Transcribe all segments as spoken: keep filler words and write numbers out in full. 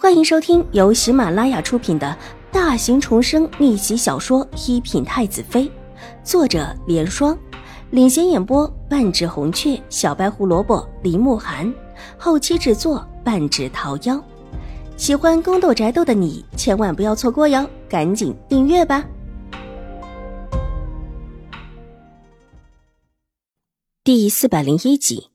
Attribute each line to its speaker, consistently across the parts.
Speaker 1: 欢迎收听由喜马拉雅出品的大型重生逆袭小说《一品太子妃》，作者莲霜，领衔演播半指红雀、小白胡萝卜、林慕寒，后期制作半指桃夭。喜欢宫斗宅斗的你千万不要错过哟，赶紧订阅吧。第四百零一集。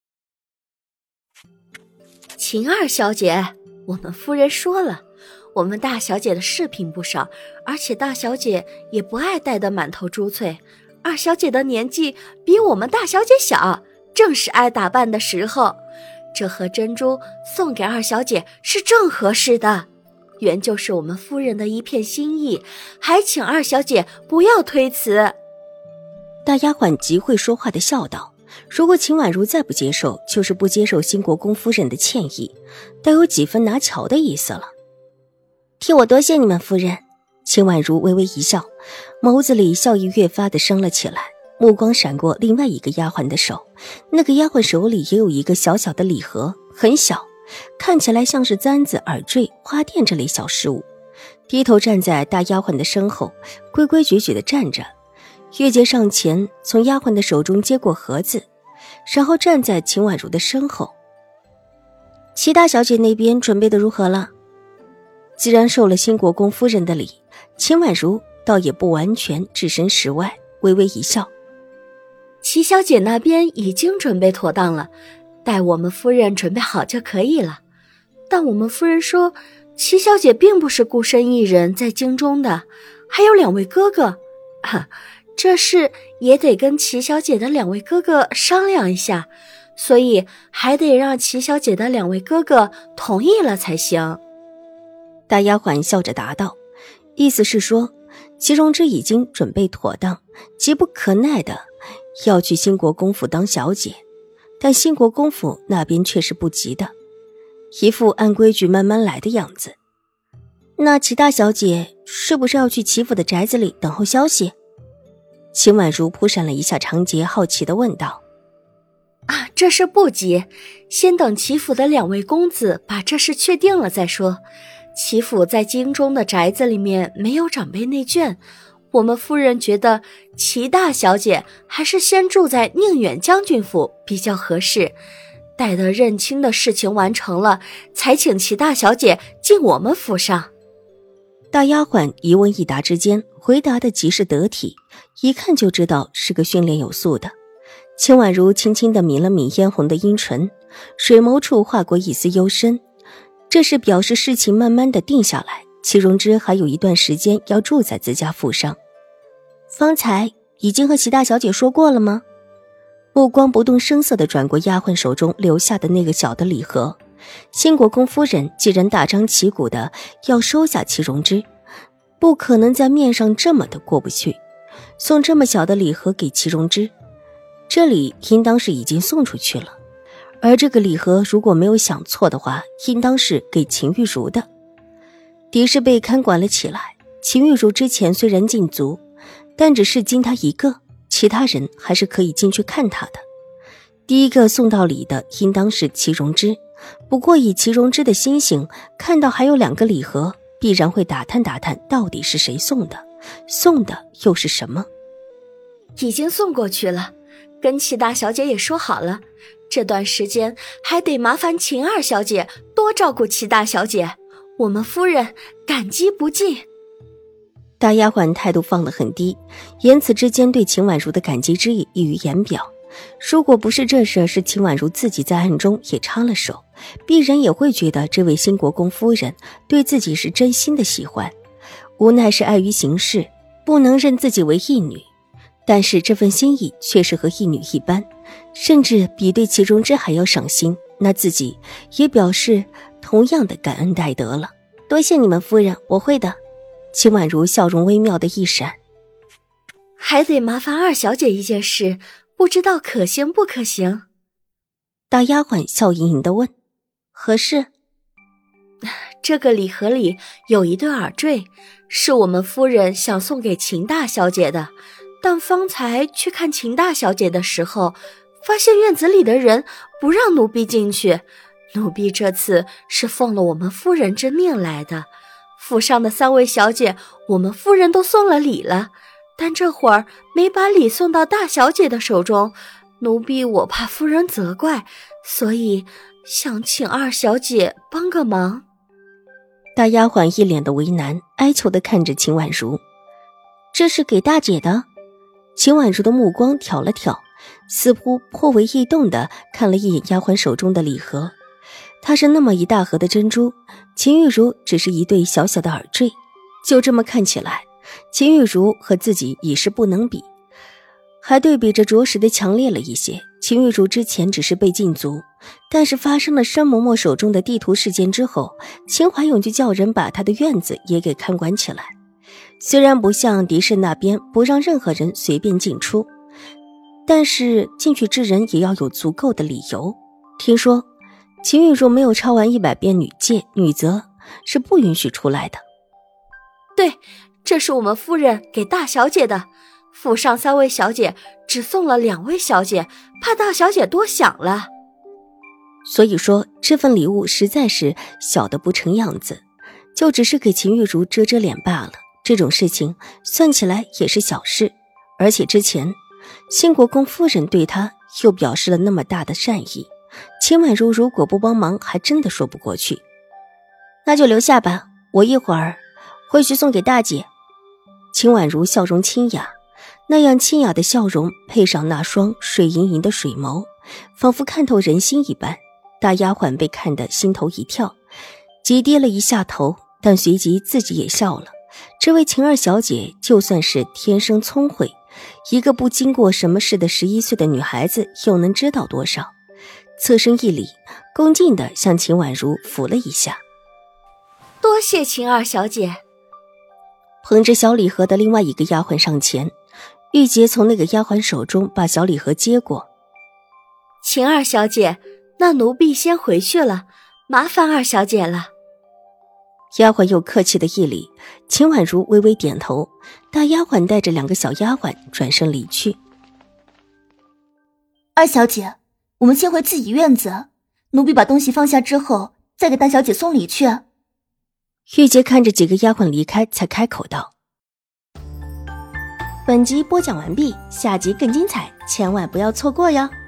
Speaker 2: 秦二小姐，我们夫人说了，我们大小姐的饰品不少，而且大小姐也不爱戴得满头珠翠。二小姐的年纪比我们大小姐小，正是爱打扮的时候。这盒珍珠送给二小姐是正合适的，原就是我们夫人的一片心意，还请二小姐不要推辞。
Speaker 1: 大丫鬟极会说话的笑道，如果秦婉如再不接受，就是不接受新国公夫人的歉意，带有几分拿巧的意思了。替我多谢你们夫人。秦婉如微微一笑，眸子里笑意越发的升了起来，目光闪过另外一个丫鬟的手，那个丫鬟手里也有一个小小的礼盒，很小，看起来像是簪子、耳坠、花钿这类小饰物。低头站在大丫鬟的身后，规规矩矩地站着。月姐上前从丫鬟的手中接过盒子，然后站在秦婉如的身后。齐大小姐那边准备的如何了？既然受了新国公夫人的礼，秦婉如倒也不完全置身事外，微微一笑。
Speaker 2: 齐小姐那边已经准备妥当了，待我们夫人准备好就可以了。但我们夫人说，齐小姐并不是孤身一人在京中的，还有两位哥哥。哈，这事也得跟齐小姐的两位哥哥商量一下，所以还得让齐小姐的两位哥哥同意了才行。
Speaker 1: 大丫鬟笑着答道，意思是说齐荣之已经准备妥当，急不可耐的要去新国公府当小姐，但新国公府那边却是不急的，一副按规矩慢慢来的样子。那齐大小姐是不是要去齐府的宅子里等候消息？秦婉如扑闪了一下长睫，好奇地问道。
Speaker 2: 啊，这事不急，先等齐府的两位公子把这事确定了再说。齐府在京中的宅子里面没有长辈内眷，我们夫人觉得齐大小姐还是先住在宁远将军府比较合适，待得认亲的事情完成了，才请齐大小姐进我们府上。
Speaker 1: 大丫鬟一问一答之间回答的极是得体，一看就知道是个训练有素的。秦婉如轻轻地抿了抿嫣红的阴唇，水眸处划过一丝幽深，这是表示事情慢慢地定下来，齐荣之还有一段时间要住在自家府上。方才已经和齐大小姐说过了吗？目光不动声色地转过丫鬟手中留下的那个小的礼盒，新国公夫人既然大张旗鼓的要收下齐荣之，不可能在面上这么的过不去，送这么小的礼盒给齐荣之，这礼应当是已经送出去了，而这个礼盒如果没有想错的话，应当是给秦玉茹的。狄氏被看管了起来，秦玉茹之前虽然禁足，但只是经他一个，其他人还是可以进去看他的。第一个送到礼的应当是齐荣之，不过以齐荣之的心性，看到还有两个礼盒，必然会打探打探到底是谁送的，送的又是什么。
Speaker 2: 已经送过去了，跟齐大小姐也说好了，这段时间还得麻烦秦二小姐多照顾齐大小姐，我们夫人感激不尽。
Speaker 1: 大丫鬟态度放得很低，言辞之间对秦婉如的感激之意溢于言表。如果不是这事是秦婉如自己在暗中也插了手，必然也会觉得这位新国公夫人对自己是真心的喜欢，无奈是碍于形势，不能认自己为义女，但是这份心意却是和义女一般，甚至比对齐荣之还要上心，那自己也表示同样的感恩戴德了。多谢你们夫人，我会的。秦婉如笑容微妙的一闪。
Speaker 2: 还得麻烦二小姐一件事，不知道可行不可行？
Speaker 1: 大丫鬟笑盈盈地问。何事？
Speaker 2: 这个礼盒里有一对耳坠，是我们夫人想送给秦大小姐的，但方才去看秦大小姐的时候，发现院子里的人不让奴婢进去， 奴婢这次是奉了我们夫人之命来的，府上的三位小姐，我们夫人都送了礼了，但这会儿没把礼送到大小姐的手中，奴婢我怕夫人责怪，所以想请二小姐帮个忙。
Speaker 1: 大丫鬟一脸的为难，哀求地看着秦婉如。这是给大姐的。秦婉如的目光挑了挑，似乎颇为异动地看了一眼丫鬟手中的礼盒。它是那么一大盒的珍珠，秦玉茹只是一对小小的耳坠，就这么看起来，秦玉茹和自己已是不能比，还对比着着实的强烈了一些。秦玉茹之前只是被禁足，但是发生了申嬷嬷手中的地图事件之后，秦怀勇就叫人把她的院子也给看管起来。虽然不像狄氏那边不让任何人随便进出，但是进去之人也要有足够的理由。听说秦玉茹没有抄完一百遍女戒，女则是不允许出来的。
Speaker 2: 对，这是我们夫人给大小姐的，府上三位小姐只送了两位小姐，怕大小姐多想了。
Speaker 1: 所以说这份礼物实在是小的不成样子，就只是给秦玉茹遮遮脸罢了。这种事情算起来也是小事，而且之前新国公夫人对她又表示了那么大的善意，秦婉如如果不帮忙还真的说不过去。那就留下吧，我一会儿会去送给大姐。秦婉如笑容清雅，那样清雅的笑容配上那双水盈盈的水眸，仿佛看透人心一般。大丫鬟被看得心头一跳，急低了一下头，但随即自己也笑了。这位秦二小姐就算是天生聪慧，一个不经过什么事的十一岁的女孩子又能知道多少？侧身一礼，恭敬地向秦婉如扶了一下。
Speaker 2: 多谢秦二小姐。
Speaker 1: 捧着小礼盒的另外一个丫鬟上前，玉洁从那个丫鬟手中把小礼盒接过。
Speaker 2: 秦二小姐，那奴婢先回去了，麻烦二小姐了。
Speaker 1: 丫鬟又客气的一礼，秦婉如微微点头，大丫鬟带着两个小丫鬟转身离去。
Speaker 3: 二小姐，我们先回自己院子，奴婢把东西放下之后再给大小姐送礼去。
Speaker 1: 玉洁看着几个丫鬟离开，才开口道。
Speaker 4: 本集播讲完毕，下集更精彩，千万不要错过哟。